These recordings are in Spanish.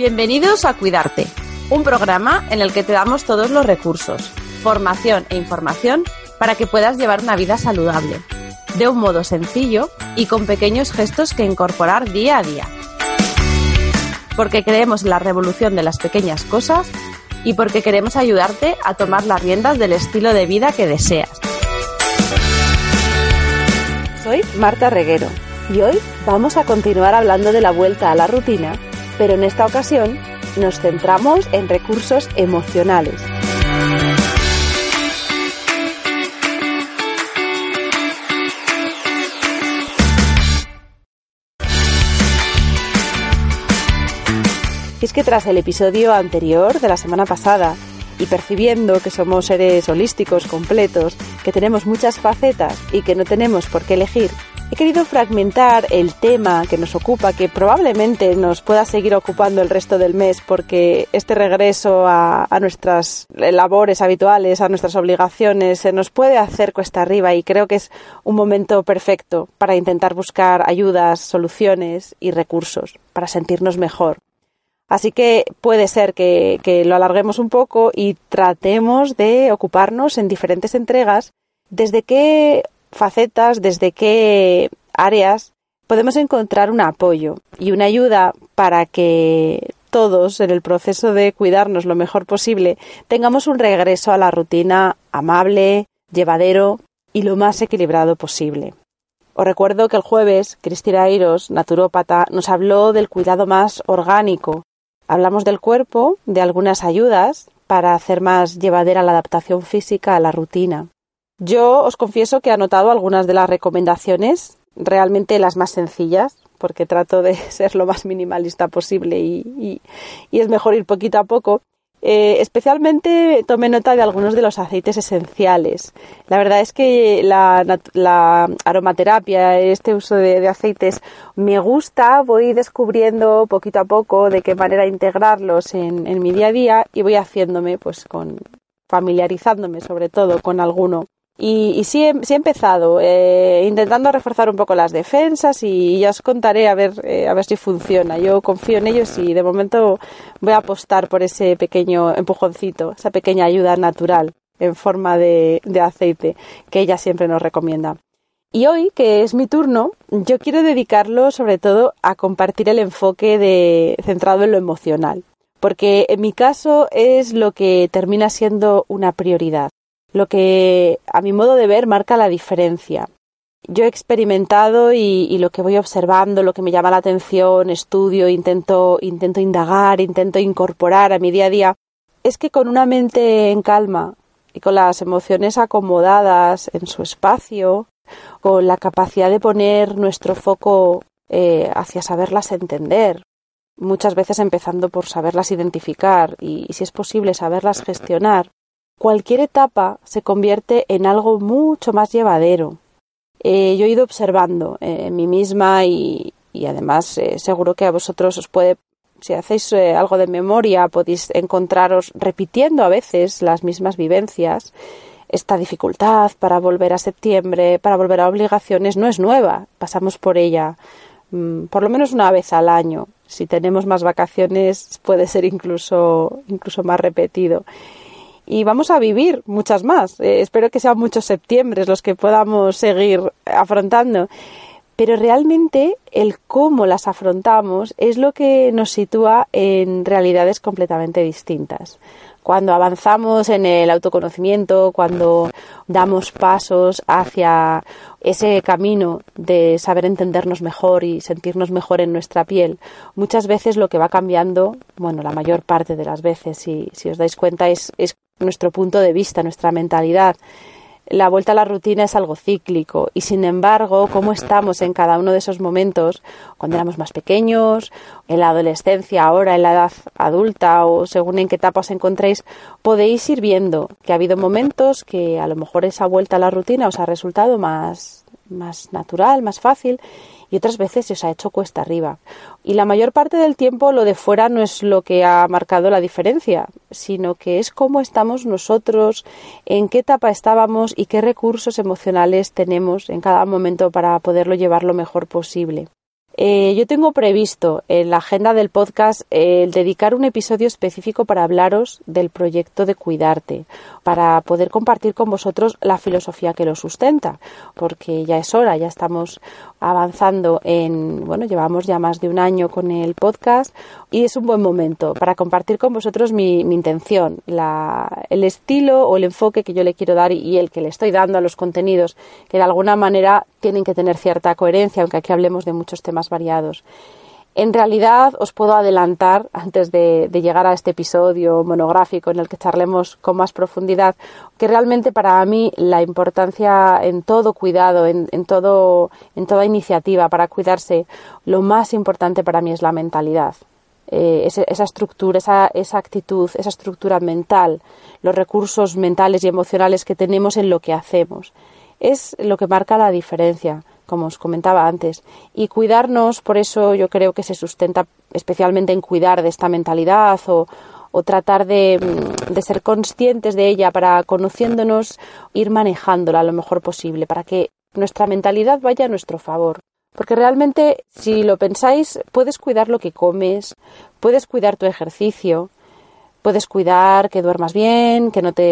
Bienvenidos a Cuidarte, un programa en el que te damos todos los recursos, formación e información para que puedas llevar una vida saludable, de un modo sencillo y con pequeños gestos que incorporar día a día. Porque creemos en la revolución de las pequeñas cosas y porque queremos ayudarte a tomar las riendas del estilo de vida que deseas. Soy Marta Reguero y hoy vamos a continuar hablando de la vuelta a la rutina, pero en esta ocasión nos centramos en recursos emocionales. Y es que tras el episodio anterior de la semana pasada, y percibiendo que somos seres holísticos completos, que tenemos muchas facetas y que no tenemos por qué elegir, he querido fragmentar el tema que nos ocupa, que probablemente nos pueda seguir ocupando el resto del mes, porque este regreso a nuestras labores habituales, a nuestras obligaciones, se nos puede hacer cuesta arriba, y creo que es un momento perfecto para intentar buscar ayudas, soluciones y recursos para sentirnos mejor. Así que puede ser que lo alarguemos un poco y tratemos de ocuparnos en diferentes entregas desde qué facetas, desde qué áreas podemos encontrar un apoyo y una ayuda para que todos, en el proceso de cuidarnos lo mejor posible, tengamos un regreso a la rutina amable, llevadero y lo más equilibrado posible. Os recuerdo que el jueves Cristina Airos, naturópata, nos habló del cuidado más orgánico. Hablamos del cuerpo, de algunas ayudas para hacer más llevadera la adaptación física a la rutina. Yo os confieso que he anotado algunas de las recomendaciones, realmente las más sencillas, porque trato de ser lo más minimalista posible y es mejor ir poquito a poco. Especialmente tomé nota de algunos de los aceites esenciales. La verdad es que la aromaterapia, este uso de aceites, me gusta. Voy descubriendo poquito a poco de qué manera integrarlos en mi día a día y voy haciéndome, familiarizándome sobre todo con alguno. Y sí he empezado intentando reforzar un poco las defensas y ya os contaré a ver si funciona. Yo confío en ellos y de momento voy a apostar por ese pequeño empujoncito, esa pequeña ayuda natural en forma de aceite que ella siempre nos recomienda. Y hoy, que es mi turno, yo quiero dedicarlo sobre todo a compartir el enfoque centrado en lo emocional, porque en mi caso es lo que termina siendo una prioridad. Lo que, a mi modo de ver, marca la diferencia. Yo he experimentado y lo que voy observando, lo que me llama la atención, estudio, intento indagar, intento incorporar a mi día a día, es que con una mente en calma y con las emociones acomodadas en su espacio, con la capacidad de poner nuestro foco hacia saberlas entender, muchas veces empezando por saberlas identificar y si es posible, saberlas gestionar, cualquier etapa se convierte en algo mucho más llevadero. Yo he ido observando en mí misma y además seguro que a vosotros os puede, si hacéis algo de memoria, podéis encontraros repitiendo a veces las mismas vivencias. Esta dificultad para volver a septiembre, para volver a obligaciones, no es nueva. Pasamos por ella por lo menos una vez al año. Si tenemos más vacaciones puede ser incluso más repetido. Y vamos a vivir muchas más. Espero que sean muchos septiembres los que podamos seguir afrontando. Pero realmente el cómo las afrontamos es lo que nos sitúa en realidades completamente distintas. Cuando avanzamos en el autoconocimiento, cuando damos pasos hacia ese camino de saber entendernos mejor y sentirnos mejor en nuestra piel, muchas veces lo que va cambiando, la mayor parte de las veces, si os dais cuenta, es nuestro punto de vista, nuestra mentalidad. La vuelta a la rutina es algo cíclico y, sin embargo, cómo estamos en cada uno de esos momentos, cuando éramos más pequeños, en la adolescencia, ahora en la edad adulta o según en qué etapa os encontréis, podéis ir viendo que ha habido momentos que a lo mejor esa vuelta a la rutina os ha resultado más natural, más fácil, y otras veces se os ha hecho cuesta arriba. Y la mayor parte del tiempo lo de fuera no es lo que ha marcado la diferencia, sino que es cómo estamos nosotros, en qué etapa estábamos y qué recursos emocionales tenemos en cada momento para poderlo llevar lo mejor posible. Yo tengo previsto en la agenda del podcast el dedicar un episodio específico para hablaros del proyecto de Cuidarte, para poder compartir con vosotros la filosofía que lo sustenta, porque ya es hora, ya estamos avanzando llevamos ya más de un año con el podcast y es un buen momento para compartir con vosotros mi intención, el estilo o el enfoque que yo le quiero dar y el que le estoy dando a los contenidos, que de alguna manera tienen que tener cierta coherencia, aunque aquí hablemos de muchos temas variados. En realidad os puedo adelantar, antes de llegar a este episodio monográfico en el que charlemos con más profundidad, que realmente para mí la importancia en todo cuidado, en toda iniciativa para cuidarse, lo más importante para mí es la mentalidad. Esa estructura, esa actitud, esa estructura mental, los recursos mentales y emocionales que tenemos en lo que hacemos. Es lo que marca la diferencia, como os comentaba antes. Y cuidarnos, por eso yo creo que se sustenta especialmente en cuidar de esta mentalidad o tratar de ser conscientes de ella para, conociéndonos, ir manejándola lo mejor posible para que nuestra mentalidad vaya a nuestro favor. Porque realmente, si lo pensáis, puedes cuidar lo que comes, puedes cuidar tu ejercicio, puedes cuidar que duermas bien,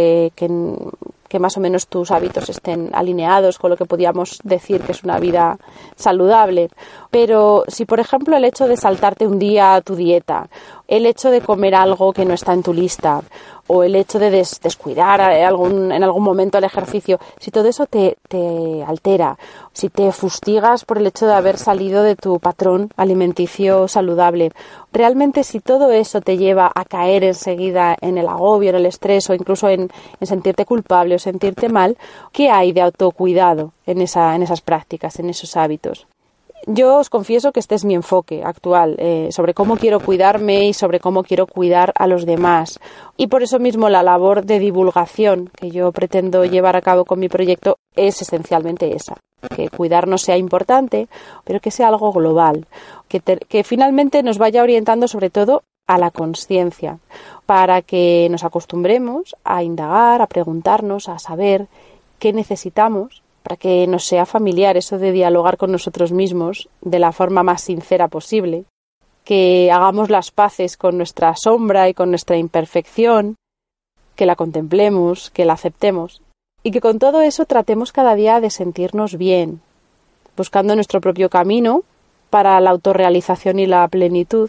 que más o menos tus hábitos estén alineados con lo que podríamos decir que es una vida saludable. Pero si, por ejemplo, el hecho de saltarte un día tu dieta, el hecho de comer algo que no está en tu lista, o el hecho de descuidar en algún momento el ejercicio, si todo eso te altera, si te fustigas por el hecho de haber salido de tu patrón alimenticio saludable, realmente si todo eso te lleva a caer enseguida en el agobio, en el estrés o incluso en sentirte culpable o sentirte mal, ¿qué hay de autocuidado en esas prácticas, en esos hábitos? Yo os confieso que este es mi enfoque actual sobre cómo quiero cuidarme y sobre cómo quiero cuidar a los demás. Y por eso mismo la labor de divulgación que yo pretendo llevar a cabo con mi proyecto es esencialmente esa. Que cuidarnos sea importante, pero que sea algo global. Que finalmente nos vaya orientando sobre todo a la consciencia, para que nos acostumbremos a indagar, a preguntarnos, a saber qué necesitamos, para que nos sea familiar eso de dialogar con nosotros mismos de la forma más sincera posible, que hagamos las paces con nuestra sombra y con nuestra imperfección, que la contemplemos, que la aceptemos, y que con todo eso tratemos cada día de sentirnos bien, buscando nuestro propio camino para la autorrealización y la plenitud,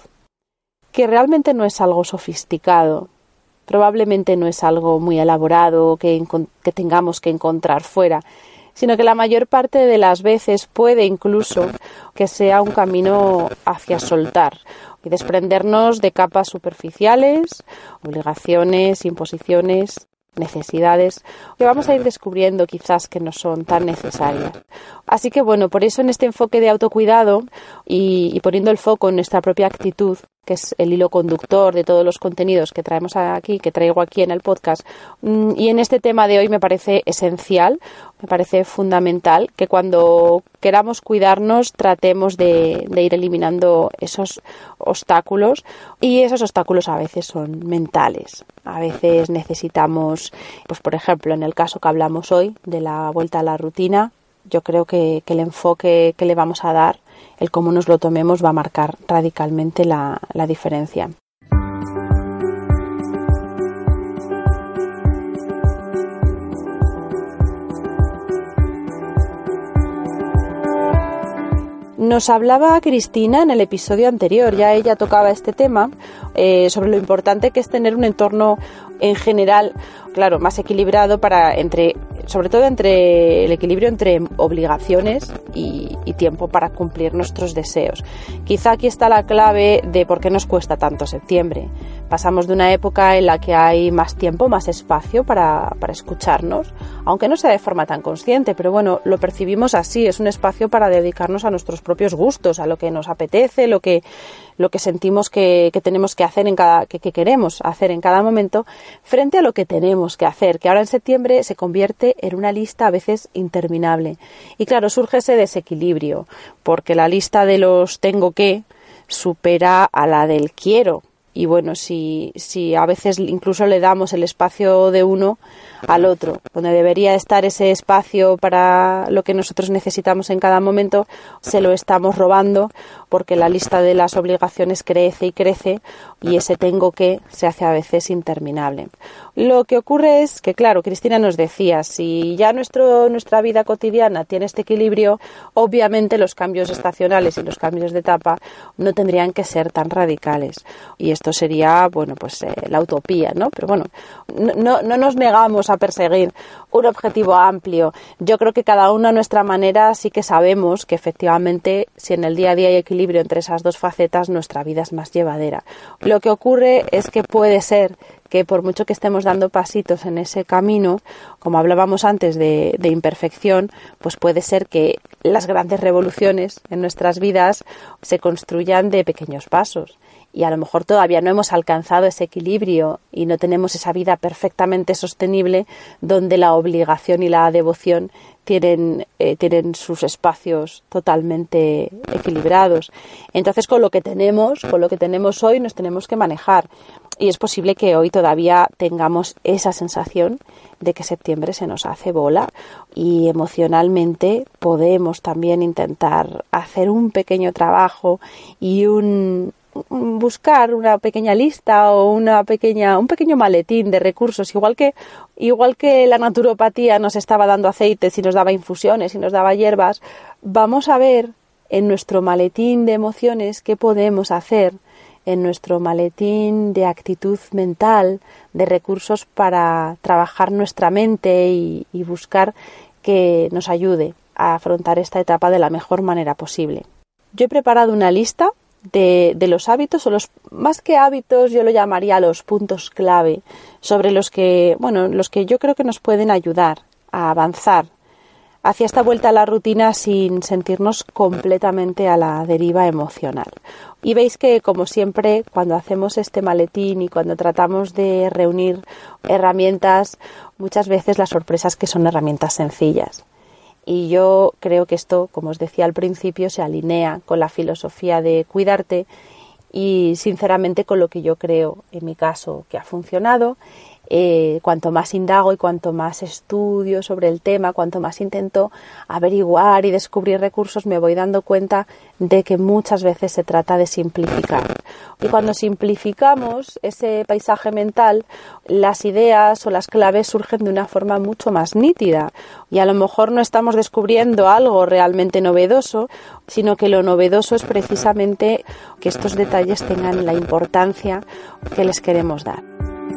que realmente no es algo sofisticado, probablemente no es algo muy elaborado que tengamos que encontrar fuera, sino que la mayor parte de las veces puede incluso que sea un camino hacia soltar y desprendernos de capas superficiales, obligaciones, imposiciones, necesidades que vamos a ir descubriendo quizás que no son tan necesarias. Así que por eso en este enfoque de autocuidado y poniendo el foco en nuestra propia actitud, que es el hilo conductor de todos los contenidos que traigo aquí en el podcast, y en este tema de hoy me parece esencial, me parece fundamental que cuando queramos cuidarnos tratemos de ir eliminando esos obstáculos, y esos obstáculos a veces son mentales. A veces necesitamos, por ejemplo, en el caso que hablamos hoy de la vuelta a la rutina, yo creo que el enfoque que le vamos a dar, el cómo nos lo tomemos, va a marcar radicalmente la diferencia. Nos hablaba Cristina en el episodio anterior, ya ella tocaba este tema, sobre lo importante que es tener un entorno en general, claro, más equilibrado sobre todo entre el equilibrio entre obligaciones y tiempo para cumplir nuestros deseos. Quizá aquí está la clave de por qué nos cuesta tanto septiembre. Pasamos de una época en la que hay más tiempo, más espacio para escucharnos, aunque no sea de forma tan consciente, pero lo percibimos así, es un espacio para dedicarnos a nuestros propios gustos, a lo que nos apetece, lo que sentimos que tenemos que hacer que queremos hacer en cada momento, frente a lo que tenemos que hacer, que ahora en septiembre se convierte en una lista a veces interminable. Y claro, surge ese desequilibrio, porque la lista de los tengo que supera a la del quiero. y bueno, si a veces incluso le damos el espacio de uno al otro, donde debería estar ese espacio para lo que nosotros necesitamos en cada momento, se lo estamos robando porque la lista de las obligaciones crece y crece y ese tengo que se hace a veces interminable. Lo que ocurre es que, claro, Cristina nos decía, si ya nuestra vida cotidiana tiene este equilibrio, obviamente los cambios estacionales y los cambios de etapa no tendrían que ser tan radicales. Y esto sería, bueno, pues la utopía, ¿no? Pero bueno, no nos negamos a perseguir un objetivo amplio. Yo creo que cada uno a nuestra manera sí que sabemos que efectivamente si en el día a día hay equilibrio entre esas dos facetas, nuestra vida es más llevadera. Lo que ocurre es que puede ser que por mucho que estemos dando pasitos en ese camino, como hablábamos antes de imperfección, pues puede ser que las grandes revoluciones en nuestras vidas se construyan de pequeños pasos. Y a lo mejor todavía no hemos alcanzado ese equilibrio y no tenemos esa vida perfectamente sostenible donde la obligación y la devoción tienen sus espacios totalmente equilibrados. Entonces, con lo que tenemos hoy nos tenemos que manejar. Y es posible que hoy todavía tengamos esa sensación de que septiembre se nos hace bola y emocionalmente podemos también intentar hacer un pequeño trabajo y buscar una pequeña lista o un pequeño maletín de recursos, igual que la naturopatía nos estaba dando aceites y nos daba infusiones y nos daba hierbas, vamos a ver en nuestro maletín de emociones qué podemos hacer, en nuestro maletín de actitud mental, de recursos para trabajar nuestra mente y buscar que nos ayude a afrontar esta etapa de la mejor manera posible. Yo he preparado una lista de los hábitos, o más que hábitos yo lo llamaría los puntos clave sobre los que yo creo que nos pueden ayudar a avanzar hacia esta vuelta a la rutina sin sentirnos completamente a la deriva emocional. Y veis que, como siempre, cuando hacemos este maletín y cuando tratamos de reunir herramientas, muchas veces la sorpresa es que son herramientas sencillas. Y yo creo que esto, como os decía al principio, se alinea con la filosofía de cuidarte y, sinceramente, con lo que yo creo, en mi caso, que ha funcionado. Cuanto más indago y cuanto más estudio sobre el tema, cuanto más intento averiguar y descubrir recursos, me voy dando cuenta de que muchas veces se trata de simplificar. Y cuando simplificamos ese paisaje mental, las ideas o las claves surgen de una forma mucho más nítida. Y a lo mejor no estamos descubriendo algo realmente novedoso, sino que lo novedoso es precisamente que estos detalles tengan la importancia que les queremos dar.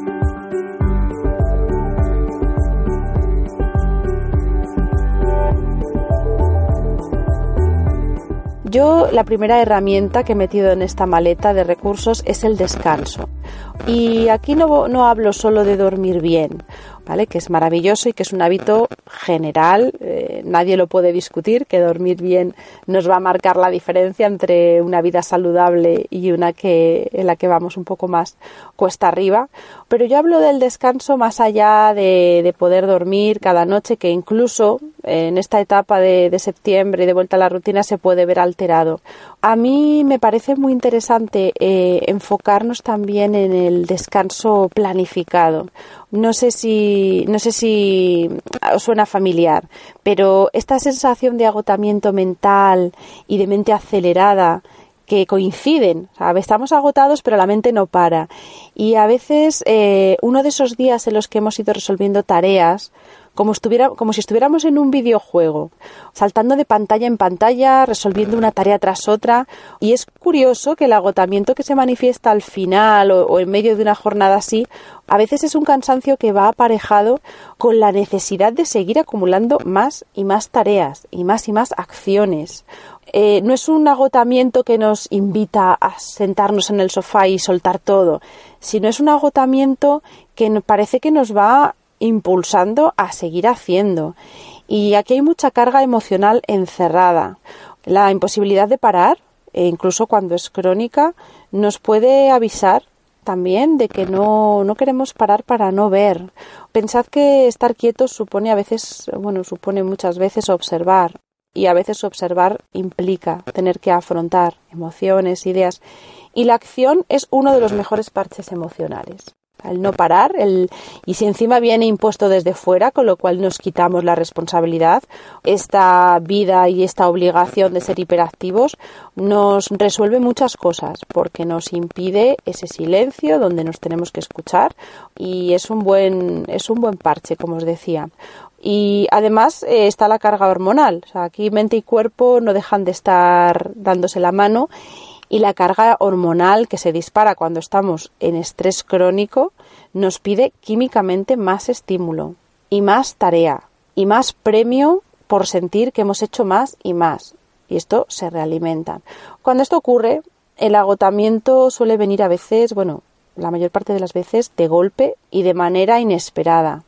Yo, la primera herramienta que he metido en esta maleta de recursos es el descanso. Y aquí no hablo solo de dormir bien, ¿vale? Que es maravilloso y que es un hábito general. Nadie lo puede discutir, que dormir bien nos va a marcar la diferencia entre una vida saludable y una en la que vamos un poco más cuesta arriba. Pero yo hablo del descanso más allá de poder dormir cada noche, que incluso en esta etapa de septiembre y de vuelta a la rutina se puede ver alterado. A mí me parece muy interesante enfocarnos también en el descanso planificado. No sé si os suena familiar, pero esta sensación de agotamiento mental y de mente acelerada que coinciden, o sea, estamos agotados pero la mente no para, y a veces uno de esos días en los que hemos ido resolviendo tareas como si estuviéramos en un videojuego, saltando de pantalla en pantalla, resolviendo una tarea tras otra. Y es curioso que el agotamiento que se manifiesta al final o en medio de una jornada así, a veces es un cansancio que va aparejado con la necesidad de seguir acumulando más y más tareas y más acciones. No es un agotamiento que nos invita a sentarnos en el sofá y soltar todo, sino es un agotamiento que parece que nos va impulsando a seguir haciendo. Y aquí hay mucha carga emocional encerrada. La imposibilidad de parar, incluso cuando es crónica, nos puede avisar también de que no queremos parar para no ver. Pensad que estar quietos supone muchas veces observar. y a veces observar implica tener que afrontar emociones, ideas, y la acción es uno de los mejores parches emocionales. El no parar, y si encima viene impuesto desde fuera, con lo cual nos quitamos la responsabilidad, esta vida y esta obligación de ser hiperactivos nos resuelve muchas cosas, porque nos impide ese silencio donde nos tenemos que escuchar, y es un buen parche, como os decía. Y además está la carga hormonal, o sea, aquí mente y cuerpo no dejan de estar dándose la mano, y la carga hormonal que se dispara cuando estamos en estrés crónico nos pide químicamente más estímulo y más tarea y más premio por sentir que hemos hecho más y más. Y esto se realimenta. Cuando esto ocurre, el agotamiento suele venir a veces, la mayor parte de las veces, de golpe y de manera inesperada.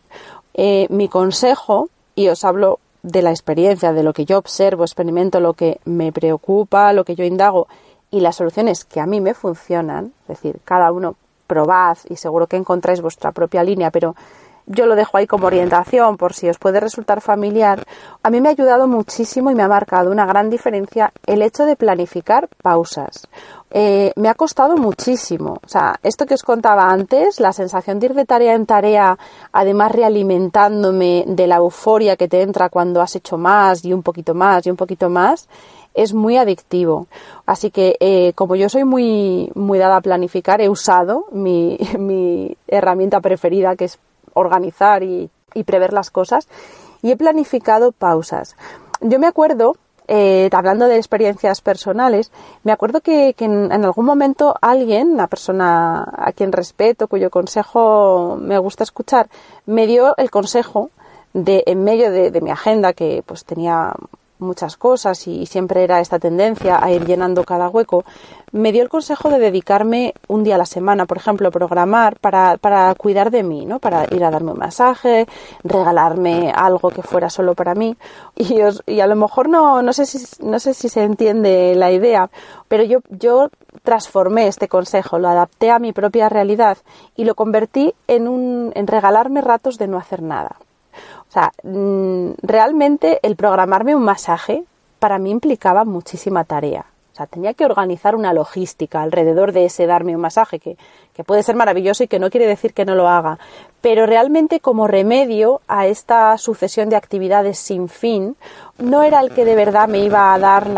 Mi consejo, y os hablo de la experiencia, de lo que yo observo, experimento, lo que me preocupa, lo que yo indago, y las soluciones que a mí me funcionan, es decir, cada uno probad y seguro que encontráis vuestra propia línea, pero yo lo dejo ahí como orientación por si os puede resultar familiar. A mí me ha ayudado muchísimo y me ha marcado una gran diferencia el hecho de planificar pausas. Me ha costado muchísimo. O sea, esto que os contaba antes, la sensación de ir de tarea en tarea, además realimentándome de la euforia que te entra cuando has hecho más y un poquito más y un poquito más, es muy adictivo. Así que como yo soy muy, muy dada a planificar, he usado mi herramienta preferida, que es organizar y prever las cosas, y he planificado pausas. Yo me acuerdo, hablando de experiencias personales, me acuerdo que en algún momento alguien, una persona a quien respeto, cuyo consejo me gusta escuchar, me dio el consejo de, en medio de mi agenda, que pues tenía muchas cosas y siempre era esta tendencia a ir llenando cada hueco, me dio el consejo de dedicarme un día a la semana, por ejemplo, programar para cuidar de mí, ¿no? Para ir a darme un masaje, regalarme algo que fuera solo para mí. Y a lo mejor no sé si se entiende la idea, pero yo transformé este consejo, lo adapté a mi propia realidad y lo convertí en regalarme ratos de no hacer nada. O sea, realmente el programarme un masaje para mí implicaba muchísima tarea. O sea, tenía que organizar una logística alrededor de ese darme un masaje, que puede ser maravilloso y que no quiere decir que no lo haga. Pero realmente como remedio a esta sucesión de actividades sin fin, no era el que de verdad me iba a dar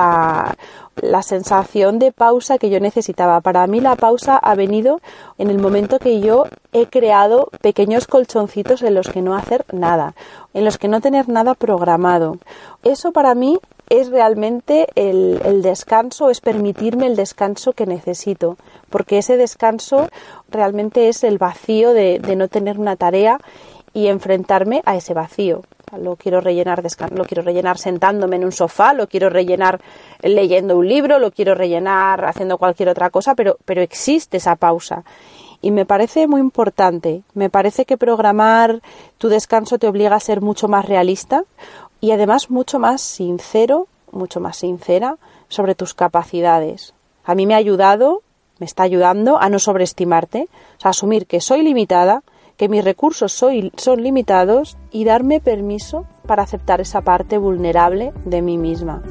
la sensación de pausa que yo necesitaba. Para mí la pausa ha venido en el momento que yo he creado pequeños colchoncitos en los que no hacer nada, en los que no tener nada programado. Eso para mí es realmente el descanso, es permitirme el descanso que necesito, porque ese descanso realmente es el vacío de no tener una tarea y enfrentarme a ese vacío. Lo quiero rellenar sentándome en un sofá, lo quiero rellenar leyendo un libro, lo quiero rellenar haciendo cualquier otra cosa, pero existe esa pausa. Y me parece muy importante. Me parece que programar tu descanso te obliga a ser mucho más realista y además mucho más sincero, mucho más sincera sobre tus capacidades. A mí me está ayudando a no sobreestimarte, o sea, a asumir que soy limitada, que mis recursos son limitados y darme permiso para aceptar esa parte vulnerable de mí misma.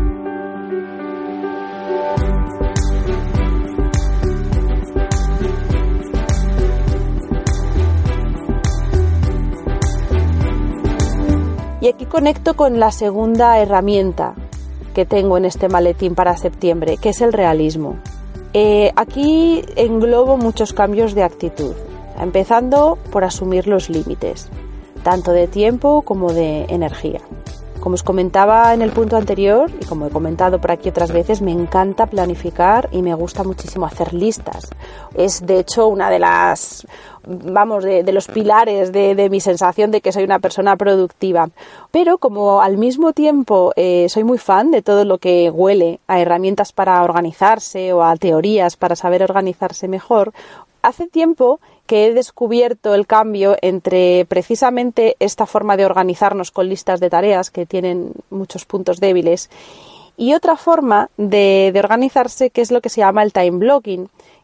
Y aquí conecto con la segunda herramienta que tengo en este maletín para septiembre, que es el realismo. Aquí englobo muchos cambios de actitud, empezando por asumir los límites, tanto de tiempo como de energía. Como os comentaba en el punto anterior, y como he comentado por aquí otras veces, me encanta planificar y me gusta muchísimo hacer listas. Es de hecho una de las, de los pilares de mi sensación de que soy una persona productiva. Pero como al mismo tiempo soy muy fan de todo lo que huele a herramientas para organizarse o a teorías para saber organizarse mejor, hace tiempo que he descubierto el cambio entre precisamente esta forma de organizarnos con listas de tareas que tienen muchos puntos débiles y otra forma de organizarse que es lo que se llama el time blocking,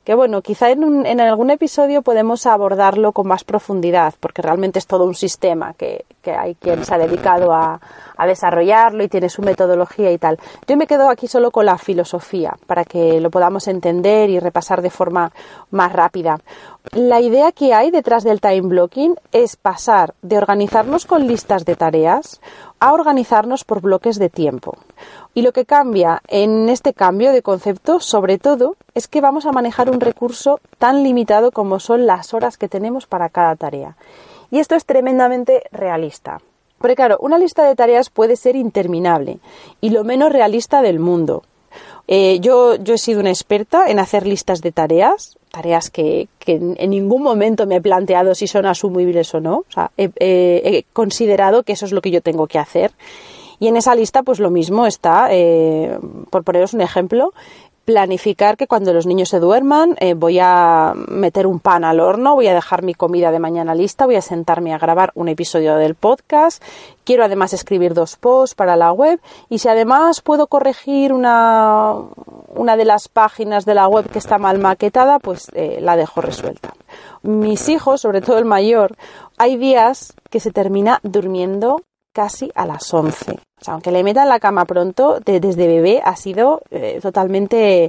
que bueno, quizá en algún episodio podemos abordarlo con más profundidad, porque realmente es todo un sistema que hay quien se ha dedicado a desarrollarlo y tiene su metodología y tal. Yo me quedo aquí solo con la filosofía, para que lo podamos entender y repasar de forma más rápida. La idea que hay detrás del time blocking es pasar de organizarnos con listas de tareas a organizarnos por bloques de tiempo. Y lo que cambia en este cambio de concepto, sobre todo, es que vamos a manejar un recurso tan limitado como son las horas que tenemos para cada tarea. Y esto es tremendamente realista. Porque claro, una lista de tareas puede ser interminable y lo menos realista del mundo. Yo he sido una experta en hacer listas de tareas que en ningún momento me he planteado si son asumibles o no. O sea, he considerado que eso es lo que yo tengo que hacer. Y en esa lista, pues lo mismo está, por poneros un ejemplo, planificar que cuando los niños se duerman voy a meter un pan al horno, voy a dejar mi comida de mañana lista, voy a sentarme a grabar un episodio del podcast, quiero además escribir 2 posts para la web y si además puedo corregir una de las páginas de la web que está mal maquetada, pues la dejo resuelta. Mis hijos, sobre todo el mayor, hay días que se termina durmiendo casi a las 11. O sea, aunque le meta en la cama pronto, desde bebé ha sido totalmente,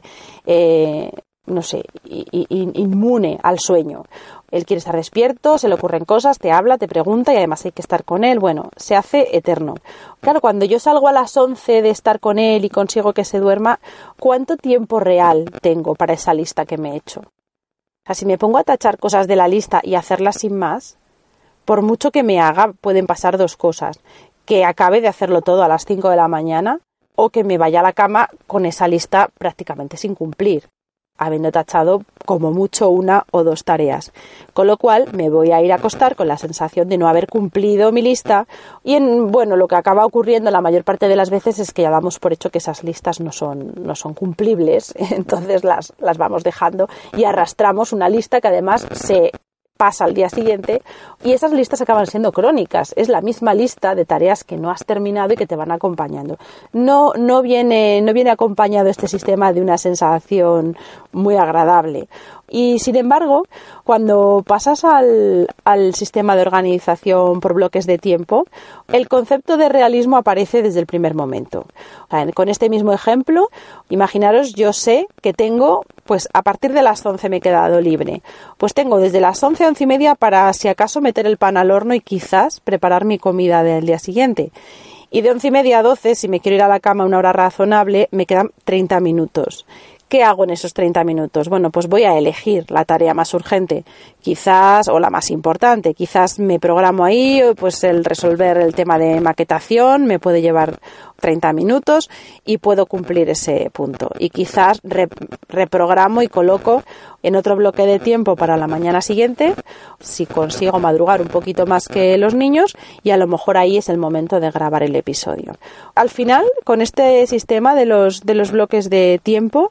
inmune al sueño. Él quiere estar despierto, se le ocurren cosas, te habla, te pregunta y además hay que estar con él. Bueno, se hace eterno. Claro, cuando yo salgo a las 11 de estar con él y consigo que se duerma, ¿cuánto tiempo real tengo para esa lista que me he hecho? O sea, si me pongo a tachar cosas de la lista y hacerlas sin más, por mucho que me haga, pueden pasar 2 cosas. Que acabe de hacerlo todo a las 5 de la mañana o que me vaya a la cama con esa lista prácticamente sin cumplir, habiendo tachado como mucho 1 o 2 tareas. Con lo cual me voy a ir a acostar con la sensación de no haber cumplido mi lista y lo que acaba ocurriendo la mayor parte de las veces es que ya damos por hecho que esas listas no son cumplibles, entonces las vamos dejando y arrastramos una lista que además se pasa al día siguiente y esas listas acaban siendo crónicas. Es la misma lista de tareas que no has terminado y que te van acompañando. No viene acompañado este sistema de una sensación muy agradable. Y sin embargo, cuando pasas al sistema de organización por bloques de tiempo, el concepto de realismo aparece desde el primer momento. O sea, con este mismo ejemplo, imaginaros, yo sé que tengo, pues a partir de las 11 me he quedado libre. Pues tengo desde las 11 a 11 y media para, si acaso, meter el pan al horno y quizás preparar mi comida del día siguiente. Y de 11 y media a 12, si me quiero ir a la cama a una hora razonable, me quedan 30 minutos. ¿Qué hago en esos 30 minutos? Bueno, pues voy a elegir la tarea más urgente, quizás, o la más importante. Quizás me programo ahí, pues el resolver el tema de maquetación me puede llevar 30 minutos y puedo cumplir ese punto. Y quizás reprogramo y coloco en otro bloque de tiempo para la mañana siguiente, si consigo madrugar un poquito más que los niños, y a lo mejor ahí es el momento de grabar el episodio. Al final, con este sistema de los bloques de tiempo,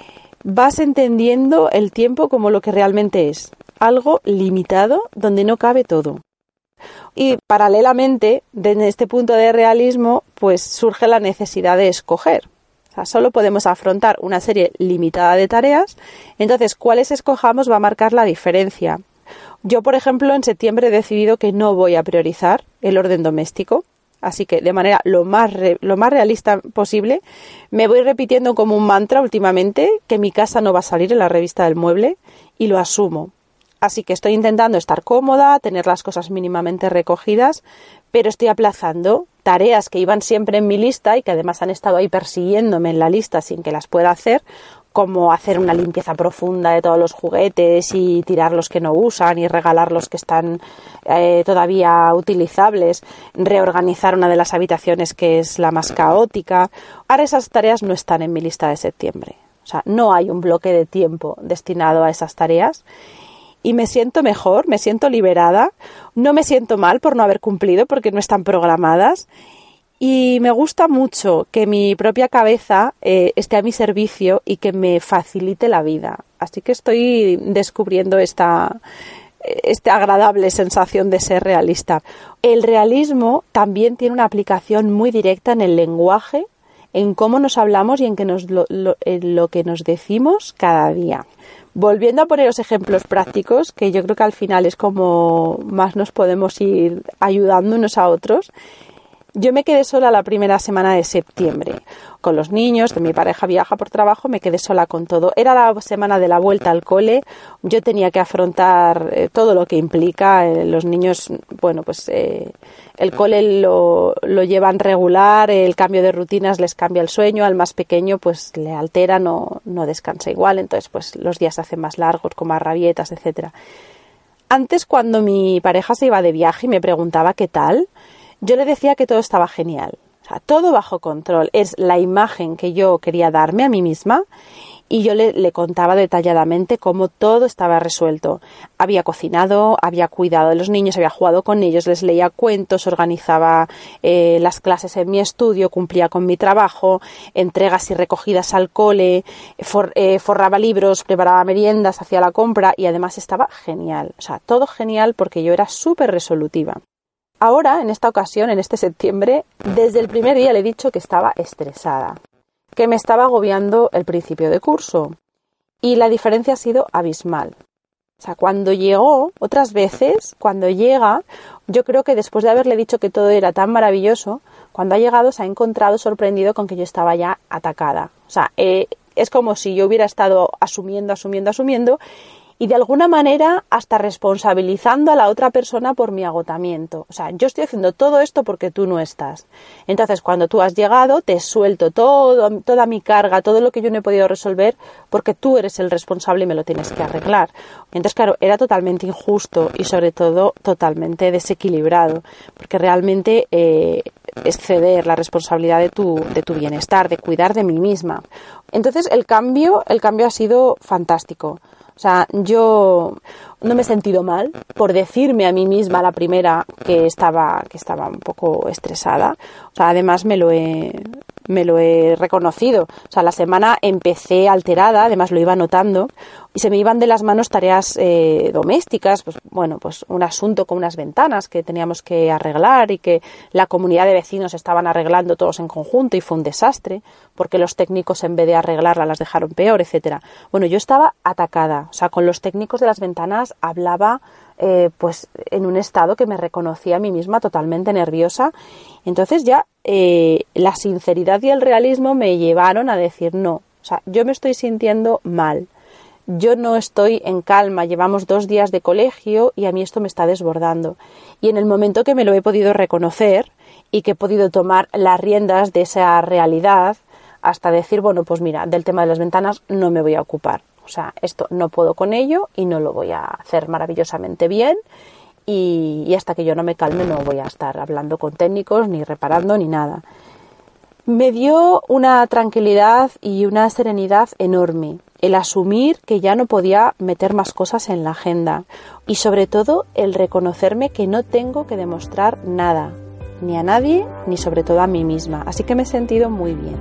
vas entendiendo el tiempo como lo que realmente es, algo limitado donde no cabe todo. Y paralelamente, desde este punto de realismo, pues surge la necesidad de escoger. O sea, solo podemos afrontar una serie limitada de tareas, entonces cuáles escojamos va a marcar la diferencia. Yo, por ejemplo, en septiembre he decidido que no voy a priorizar el orden doméstico, así que de manera lo más realista posible me voy repitiendo como un mantra últimamente que mi casa no va a salir en la revista del mueble y lo asumo. Así que estoy intentando estar cómoda, tener las cosas mínimamente recogidas, pero estoy aplazando tareas que iban siempre en mi lista y que además han estado ahí persiguiéndome en la lista sin que las pueda hacer, como hacer una limpieza profunda de todos los juguetes y tirar los que no usan y regalar los que están todavía utilizables, reorganizar una de las habitaciones que es la más caótica. Ahora esas tareas no están en mi lista de septiembre. O sea, no hay un bloque de tiempo destinado a esas tareas. Y me siento mejor, me siento liberada, no me siento mal por no haber cumplido porque no están programadas y me gusta mucho que mi propia cabeza esté a mi servicio y que me facilite la vida. Así que estoy descubriendo esta agradable sensación de ser realista. El realismo también tiene una aplicación muy directa en el lenguaje, en cómo nos hablamos y en lo que nos decimos cada día. Volviendo a poner los ejemplos prácticos, que yo creo que al final es como más nos podemos ir ayudando unos a otros. Yo me quedé sola la primera semana de septiembre con los niños, que mi pareja viaja por trabajo, me quedé sola con todo. Era la semana de la vuelta al cole, yo tenía que afrontar todo lo que implica. Los niños, bueno, pues el cole lo llevan regular, el cambio de rutinas les cambia el sueño, al más pequeño pues le altera, no descansa igual, entonces pues los días se hacen más largos, con más rabietas, etcétera. Antes, cuando mi pareja se iba de viaje y me preguntaba qué tal, yo le decía que todo estaba genial, o sea, todo bajo control. Es la imagen que yo quería darme a mí misma y yo le contaba detalladamente cómo todo estaba resuelto. Había cocinado, había cuidado de los niños, había jugado con ellos, les leía cuentos, organizaba las clases en mi estudio, cumplía con mi trabajo, entregas y recogidas al cole, forraba libros, preparaba meriendas, hacía la compra y además estaba genial. O sea, todo genial porque yo era súper resolutiva. Ahora, en esta ocasión, en este septiembre, desde el primer día le he dicho que estaba estresada, que me estaba agobiando el principio de curso. Y la diferencia ha sido abismal. O sea, cuando llegó, otras veces, cuando llega, yo creo que después de haberle dicho que todo era tan maravilloso, cuando ha llegado se ha encontrado sorprendido con que yo estaba ya atacada. O sea, es como si yo hubiera estado asumiendo, y de alguna manera hasta responsabilizando a la otra persona por mi agotamiento. O sea, yo estoy haciendo todo esto porque tú no estás. Entonces, cuando tú has llegado, te suelto toda mi carga, todo lo que yo no he podido resolver, porque tú eres el responsable y me lo tienes que arreglar. Entonces, claro, era totalmente injusto y sobre todo totalmente desequilibrado, porque realmente es ceder la responsabilidad de tu bienestar, de cuidar de mí misma. Entonces, el cambio ha sido fantástico. O sea, yo no me he sentido mal por decirme a mí misma la primera que estaba un poco estresada. O sea, además me lo he reconocido. O sea, la semana empecé alterada, además lo iba notando, y se me iban de las manos tareas domésticas, pues bueno, pues un asunto con unas ventanas que teníamos que arreglar y que la comunidad de vecinos estaban arreglando todos en conjunto y fue un desastre, porque los técnicos en vez de arreglarla las dejaron peor, etcétera. Bueno, yo estaba atacada, o sea, con los técnicos de las ventanas hablaba pues en un estado que me reconocía a mí misma totalmente nerviosa. Entonces ya la sinceridad y el realismo me llevaron a decir no, o sea, yo me estoy sintiendo mal. Yo no estoy en calma, llevamos 2 días de colegio y a mí esto me está desbordando. Y en el momento que me lo he podido reconocer y que he podido tomar las riendas de esa realidad hasta decir, bueno, pues mira, del tema de las ventanas no me voy a ocupar. O sea, esto no puedo con ello y no lo voy a hacer maravillosamente bien y hasta que yo no me calme no voy a estar hablando con técnicos, ni reparando, ni nada. Me dio una tranquilidad y una serenidad enorme el asumir que ya no podía meter más cosas en la agenda y sobre todo el reconocerme que no tengo que demostrar nada, ni a nadie, ni sobre todo a mí misma. Así que me he sentido muy bien.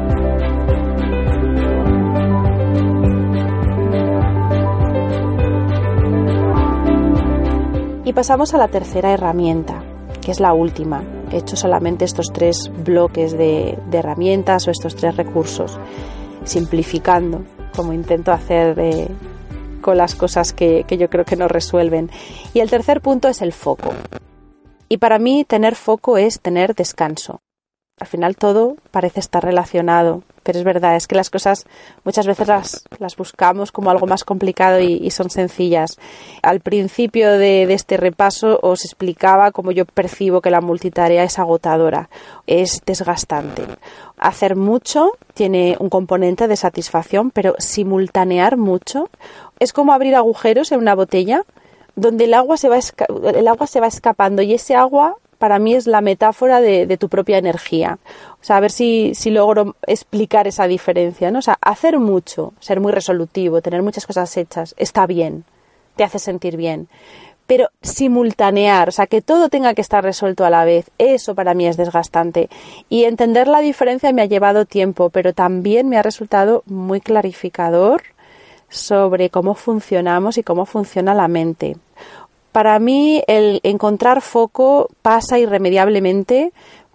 Y pasamos a la tercera herramienta, que es la última. He hecho solamente estos 3 bloques de herramientas o estos 3 recursos, simplificando, como intento hacer con las cosas que yo creo que nos resuelven. Y el tercer punto es el foco. Y para mí tener foco es tener descanso. Al final todo parece estar relacionado, pero es verdad, es que las cosas muchas veces las buscamos como algo más complicado y son sencillas. Al principio de este repaso os explicaba cómo yo percibo que la multitarea es agotadora, es desgastante. Hacer mucho tiene un componente de satisfacción, pero simultanear mucho es como abrir agujeros en una botella donde el agua se va escapando y ese agua para mí es la metáfora de tu propia energía. O sea, a ver si logro explicar esa diferencia, ¿no? O sea, hacer mucho, ser muy resolutivo, tener muchas cosas hechas, está bien, te hace sentir bien. Pero simultanear, o sea, que todo tenga que estar resuelto a la vez, eso para mí es desgastante. Y entender la diferencia me ha llevado tiempo, pero también me ha resultado muy clarificador sobre cómo funcionamos y cómo funciona la mente. Para mí el encontrar foco pasa irremediablemente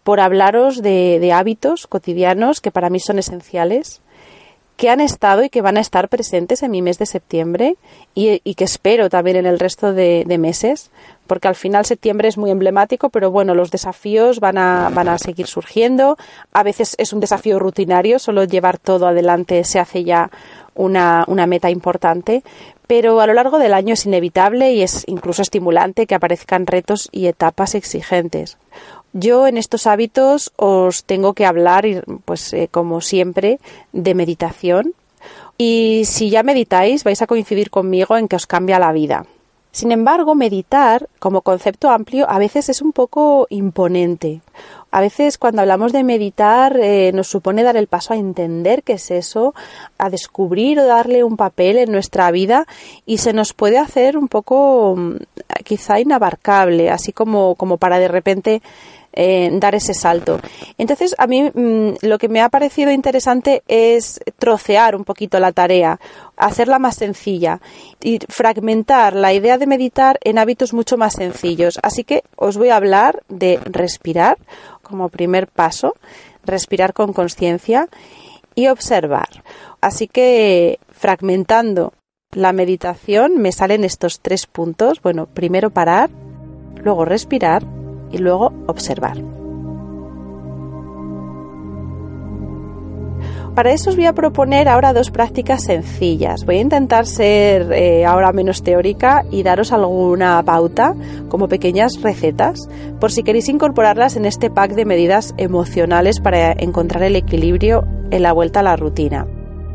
por hablaros de hábitos cotidianos que para mí son esenciales, que han estado y que van a estar presentes en mi mes de septiembre y que espero también en el resto de meses, porque al final septiembre es muy emblemático, pero bueno, los desafíos van a seguir surgiendo. A veces es un desafío rutinario, solo llevar todo adelante se hace ya una meta importante, pero a lo largo del año es inevitable y es incluso estimulante que aparezcan retos y etapas exigentes. Yo en estos hábitos os tengo que hablar, pues como siempre, de meditación. Y si ya meditáis, vais a coincidir conmigo en que os cambia la vida. Sin embargo, meditar como concepto amplio a veces es un poco imponente. A veces cuando hablamos de meditar nos supone dar el paso a entender qué es eso, a descubrir o darle un papel en nuestra vida y se nos puede hacer un poco quizá inabarcable, así como para de repente dar ese salto. Entonces, a mí lo que me ha parecido interesante es trocear un poquito la tarea, hacerla más sencilla y fragmentar la idea de meditar en hábitos mucho más sencillos. Así que os voy a hablar de respirar como primer paso, respirar con consciencia y observar. Así que, fragmentando la meditación, me salen estos 3 puntos. Bueno, primero parar, luego respirar y luego observar. Para eso os voy a proponer ahora 2 prácticas sencillas. Voy a intentar ser ahora menos teórica y daros alguna pauta como pequeñas recetas por si queréis incorporarlas en este pack de medidas emocionales para encontrar el equilibrio en la vuelta a la rutina.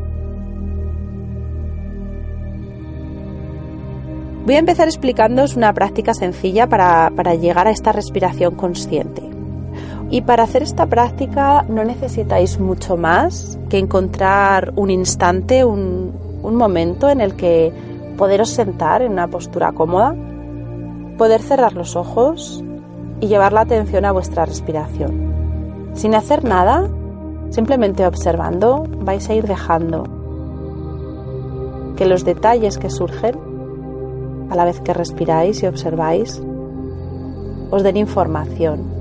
Voy a empezar explicándoos una práctica sencilla para llegar a esta respiración consciente. Y para hacer esta práctica no necesitáis mucho más que encontrar un instante, un momento en el que poderos sentar en una postura cómoda, poder cerrar los ojos y llevar la atención a vuestra respiración. Sin hacer nada, simplemente observando, vais a ir dejando que los detalles que surgen a la vez que respiráis y observáis os den información.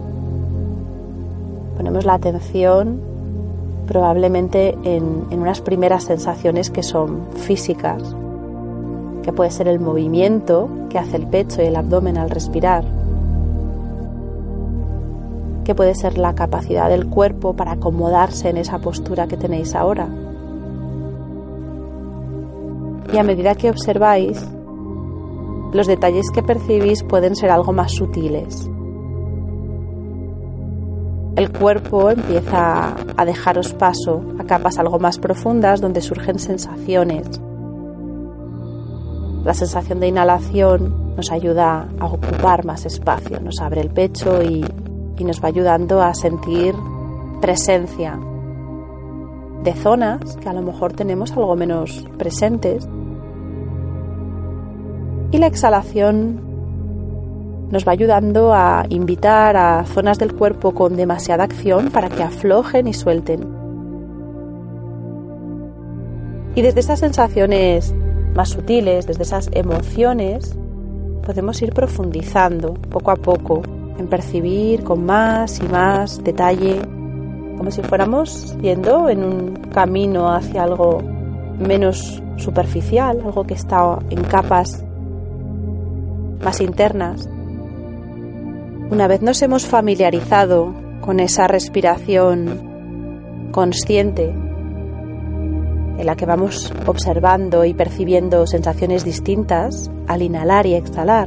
Ponemos la atención probablemente en unas primeras sensaciones que son físicas, que puede ser el movimiento que hace el pecho y el abdomen al respirar, que puede ser la capacidad del cuerpo para acomodarse en esa postura que tenéis ahora. Y a medida que observáis, los detalles que percibís pueden ser algo más sutiles. El cuerpo empieza a dejaros paso a capas algo más profundas donde surgen sensaciones. La sensación de inhalación nos ayuda a ocupar más espacio, nos abre el pecho y nos va ayudando a sentir presencia de zonas que a lo mejor tenemos algo menos presentes. Y la exhalación nos va ayudando a invitar a zonas del cuerpo con demasiada acción para que aflojen y suelten. Y desde esas sensaciones más sutiles, desde esas emociones, podemos ir profundizando poco a poco en percibir con más y más detalle, como si fuéramos yendo en un camino hacia algo menos superficial, algo que está en capas más internas. Una vez nos hemos familiarizado con esa respiración consciente en la que vamos observando y percibiendo sensaciones distintas al inhalar y exhalar,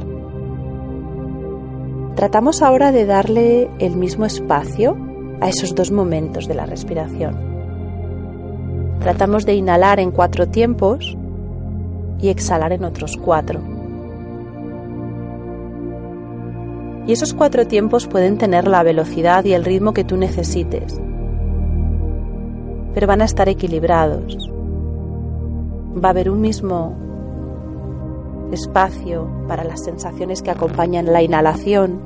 tratamos ahora de darle el mismo espacio a esos 2 momentos de la respiración. Tratamos de inhalar en 4 tiempos y exhalar en otros 4. Y esos 4 tiempos pueden tener la velocidad y el ritmo que tú necesites, pero van a estar equilibrados. Va a haber un mismo espacio para las sensaciones que acompañan la inhalación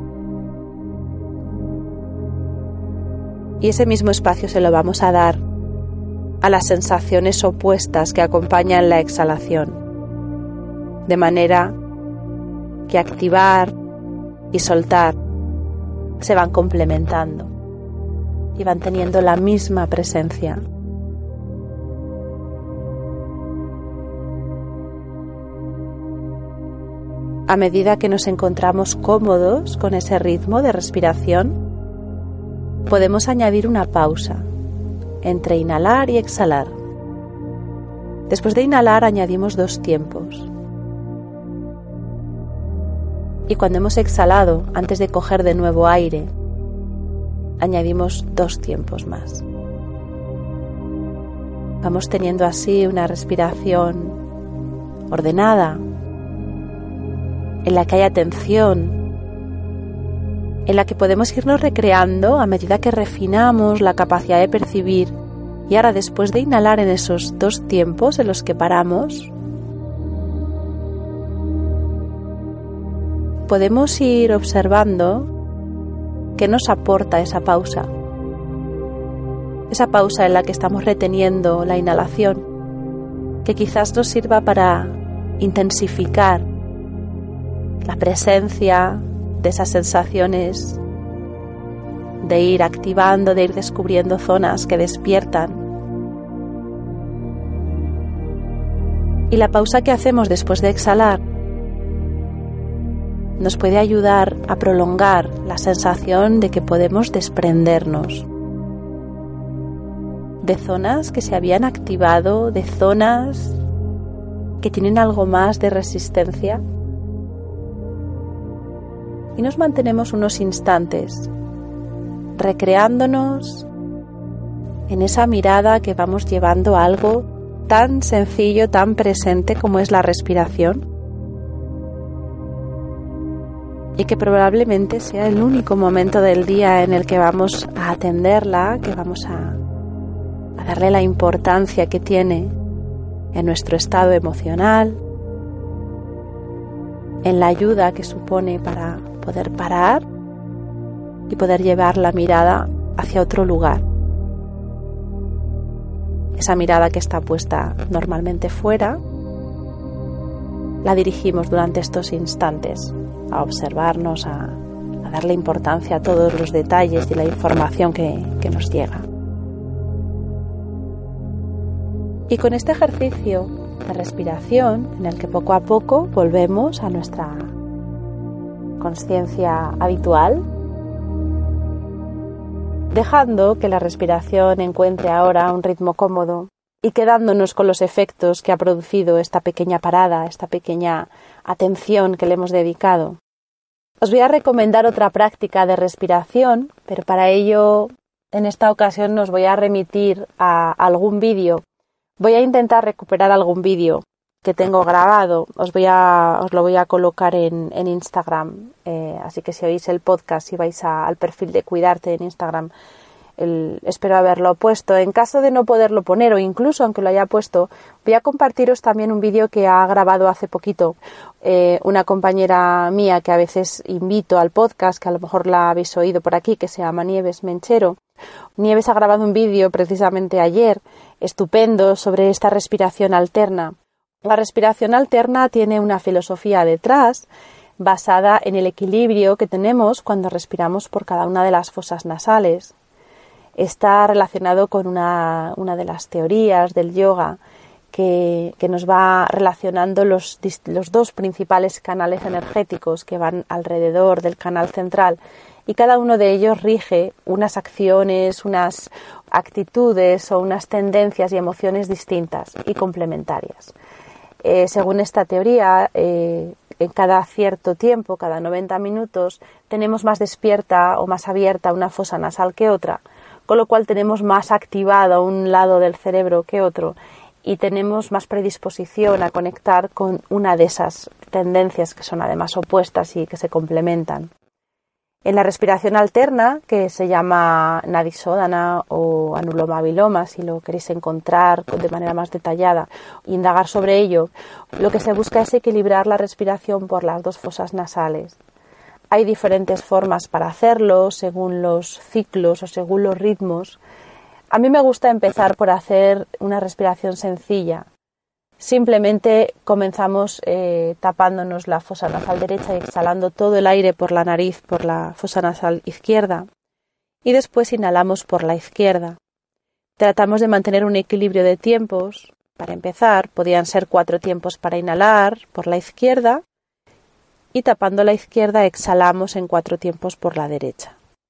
y ese mismo espacio se lo vamos a dar a las sensaciones opuestas que acompañan la exhalación, de manera que activar y soltar se van complementando y van teniendo la misma presencia. A medida que nos encontramos cómodos con ese ritmo de respiración, podemos añadir una pausa entre inhalar y exhalar. Después de inhalar añadimos 2 tiempos. Y cuando hemos exhalado, antes de coger de nuevo aire, añadimos 2 tiempos más. Vamos teniendo así una respiración ordenada, en la que hay atención, en la que podemos irnos recreando a medida que refinamos la capacidad de percibir. Y ahora, después de inhalar en esos 2 tiempos en los que paramos, podemos ir observando qué nos aporta esa pausa. Esa pausa en la que estamos reteniendo la inhalación, que quizás nos sirva para intensificar la presencia de esas sensaciones, de ir activando, de ir descubriendo zonas que despiertan. Y la pausa que hacemos después de exhalar nos puede ayudar a prolongar la sensación de que podemos desprendernos de zonas que se habían activado, de zonas que tienen algo más de resistencia. Y nos mantenemos unos instantes recreándonos en esa mirada que vamos llevando a algo tan sencillo, tan presente como es la respiración, y que probablemente sea el único momento del día en el que vamos a atenderla, que vamos a darle la importancia que tiene en nuestro estado emocional, en la ayuda que supone para poder parar y poder llevar la mirada hacia otro lugar. Esa mirada que está puesta normalmente fuera, la dirigimos durante estos instantes a observarnos, a darle importancia a todos los detalles y la información que nos llega. Y con este ejercicio de respiración, en el que poco a poco volvemos a nuestra conciencia habitual, dejando que la respiración encuentre ahora un ritmo cómodo y quedándonos con los efectos que ha producido esta pequeña parada, esta pequeña atención que le hemos dedicado. Os voy a recomendar otra práctica de respiración, pero para ello en esta ocasión nos voy a remitir a algún vídeo. Voy a intentar recuperar algún vídeo que tengo grabado, os lo voy a colocar en Instagram, así que si oís el podcast y vais al perfil de Cuidarte en Instagram, espero haberlo puesto. En caso de no poderlo poner, o incluso aunque lo haya puesto, voy a compartiros también un vídeo que ha grabado hace poquito una compañera mía que a veces invito al podcast, que a lo mejor la habéis oído por aquí, que se llama Nieves Menchero. Nieves ha grabado un vídeo precisamente ayer, estupendo, sobre esta respiración alterna. La respiración alterna tiene una filosofía detrás basada en el equilibrio que tenemos cuando respiramos por cada una de las fosas nasales. Está relacionado con una de las teorías del yoga que nos va relacionando los 2 principales canales energéticos que van alrededor del canal central, y cada uno de ellos rige unas acciones, unas actitudes o unas tendencias y emociones distintas y complementarias. Según esta teoría, en cada cierto tiempo, cada 90 minutos, tenemos más despierta o más abierta una fosa nasal que otra, con lo cual tenemos más activado un lado del cerebro que otro y tenemos más predisposición a conectar con una de esas tendencias que son además opuestas y que se complementan. En la respiración alterna, que se llama Nadi Shodhana o Anuloma Viloma, si lo queréis encontrar de manera más detallada e indagar sobre ello, lo que se busca es equilibrar la respiración por las 2 fosas nasales. Hay diferentes formas para hacerlo, según los ciclos o según los ritmos. A mí me gusta empezar por hacer una respiración sencilla, Simplemente comenzamos tapándonos la fosa nasal derecha y exhalando todo el aire por la nariz por la fosa nasal izquierda. Y después inhalamos por la izquierda. Tratamos de mantener un equilibrio de tiempos. Para empezar, podían ser 4 tiempos para inhalar por la izquierda y tapando la izquierda exhalamos en 4 tiempos por la derecha.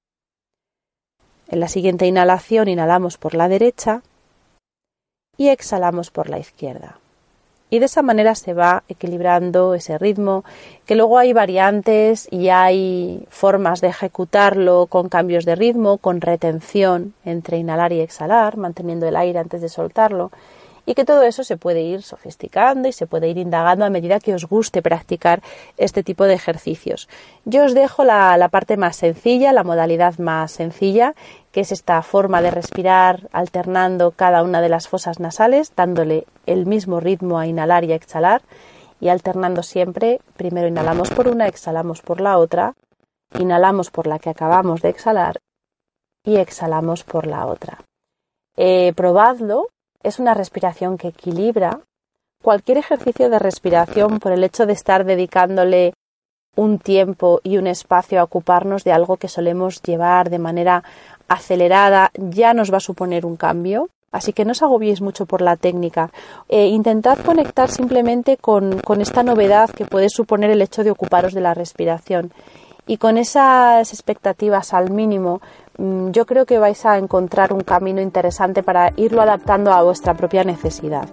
En la siguiente inhalación inhalamos por la derecha y exhalamos por la izquierda. Y de esa manera se va equilibrando ese ritmo, que luego hay variantes y hay formas de ejecutarlo con cambios de ritmo, con retención entre inhalar y exhalar, manteniendo el aire antes de soltarlo, y que todo eso se puede ir sofisticando y se puede ir indagando a medida que os guste practicar este tipo de ejercicios. Yo os dejo la parte más sencilla, la modalidad más sencilla, que es esta forma de respirar alternando cada una de las fosas nasales, dándole el mismo ritmo a inhalar y a exhalar, y alternando siempre, primero inhalamos por una, exhalamos por la otra, inhalamos por la que acabamos de exhalar y exhalamos por la otra. Probadlo. Es una respiración que equilibra. Cualquier ejercicio de respiración, por el hecho de estar dedicándole un tiempo y un espacio a ocuparnos de algo que solemos llevar de manera acelerada, ya nos va a suponer un cambio. Así que no os agobiéis mucho por la técnica. Intentad conectar simplemente con esta novedad que puede suponer el hecho de ocuparos de la respiración. Y con esas expectativas al mínimo, yo creo que vais a encontrar un camino interesante para irlo adaptando a vuestra propia necesidad.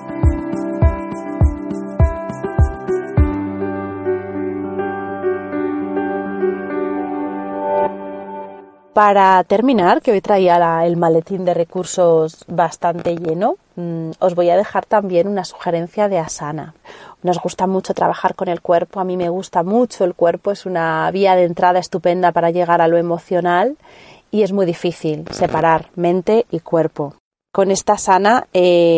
Para terminar, que hoy traía el maletín de recursos bastante lleno, os voy a dejar también una sugerencia de asana. Nos gusta mucho trabajar con el cuerpo, a mí me gusta mucho el cuerpo, es una vía de entrada estupenda para llegar a lo emocional y es muy difícil separar mente y cuerpo. Con esta asana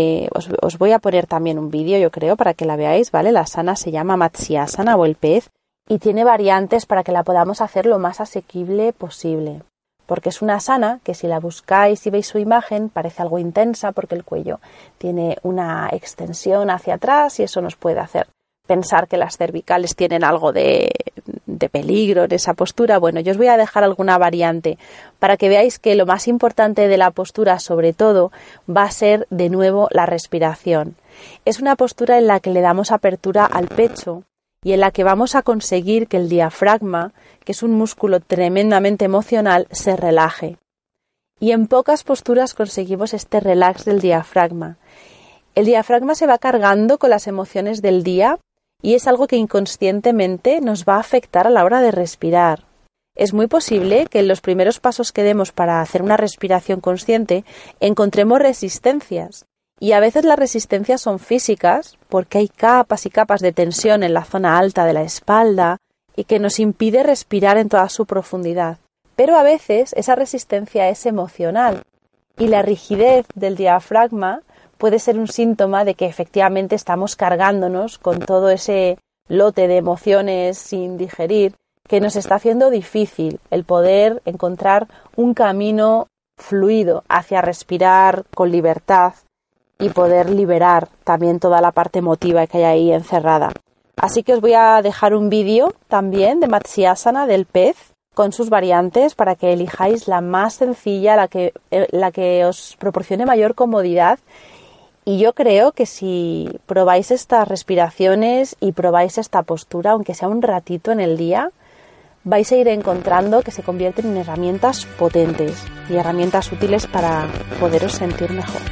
os voy a poner también un vídeo, yo creo, para que la veáis, ¿vale? La asana se llama Matsyasana o el pez y tiene variantes para que la podamos hacer lo más asequible posible. Porque es una asana que si la buscáis y veis su imagen parece algo intensa porque el cuello tiene una extensión hacia atrás y eso nos puede hacer pensar que las cervicales tienen algo de peligro en esa postura. Bueno, yo os voy a dejar alguna variante para que veáis que lo más importante de la postura sobre todo va a ser de nuevo la respiración. Es una postura en la que le damos apertura al pecho y en la que vamos a conseguir que el diafragma, que es un músculo tremendamente emocional, se relaje. Y en pocas posturas conseguimos este relax del diafragma. El diafragma se va cargando con las emociones del día y es algo que inconscientemente nos va a afectar a la hora de respirar. Es muy posible que en los primeros pasos que demos para hacer una respiración consciente encontremos resistencias. Y a veces las resistencias son físicas porque hay capas y capas de tensión en la zona alta de la espalda y que nos impide respirar en toda su profundidad. Pero a veces esa resistencia es emocional y la rigidez del diafragma puede ser un síntoma de que efectivamente estamos cargándonos con todo ese lote de emociones sin digerir que nos está haciendo difícil el poder encontrar un camino fluido hacia respirar con libertad y poder liberar también toda la parte emotiva que hay ahí encerrada. Así que os voy a dejar un vídeo también de Matsyasana del pez con sus variantes para que elijáis la más sencilla, la que os proporcione mayor comodidad. Y yo creo que si probáis estas respiraciones y probáis esta postura, aunque sea un ratito en el día, vais a ir encontrando que se convierten en herramientas potentes y herramientas útiles para poderos sentir mejor.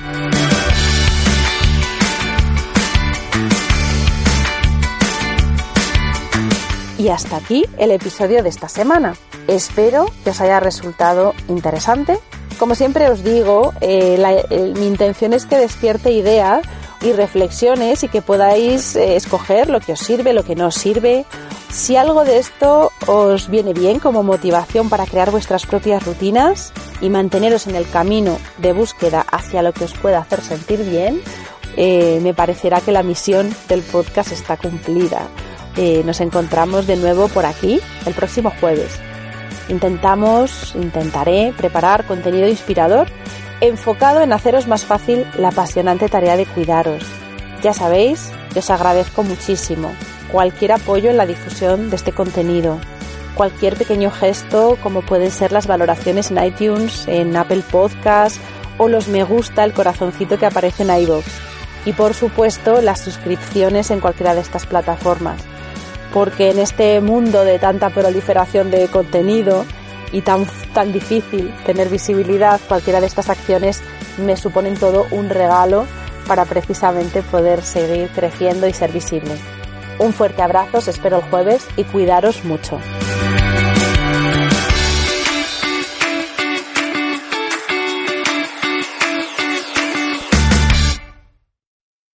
Y hasta aquí el episodio de esta semana. Espero que os haya resultado interesante. Como siempre os digo, mi intención es que despierte ideas y reflexiones y que podáis escoger lo que os sirve, lo que no os sirve. Si algo de esto os viene bien como motivación para crear vuestras propias rutinas y manteneros en el camino de búsqueda hacia lo que os pueda hacer sentir bien, me parecerá que la misión del podcast está cumplida. Nos encontramos de nuevo por aquí el próximo jueves. Intentaré preparar contenido inspirador enfocado en haceros más fácil la apasionante tarea de cuidaros. Ya sabéis que os agradezco muchísimo cualquier apoyo en la difusión de este contenido, cualquier pequeño gesto como pueden ser las valoraciones en iTunes, en Apple Podcasts o los me gusta, el corazoncito que aparece en iVoox. Y por supuesto las suscripciones en cualquiera de estas plataformas, porque en este mundo de tanta proliferación de contenido y tan difícil tener visibilidad, cualquiera de estas acciones me suponen todo un regalo para precisamente poder seguir creciendo y ser visible. Un fuerte abrazo, os espero el jueves y cuidaros mucho.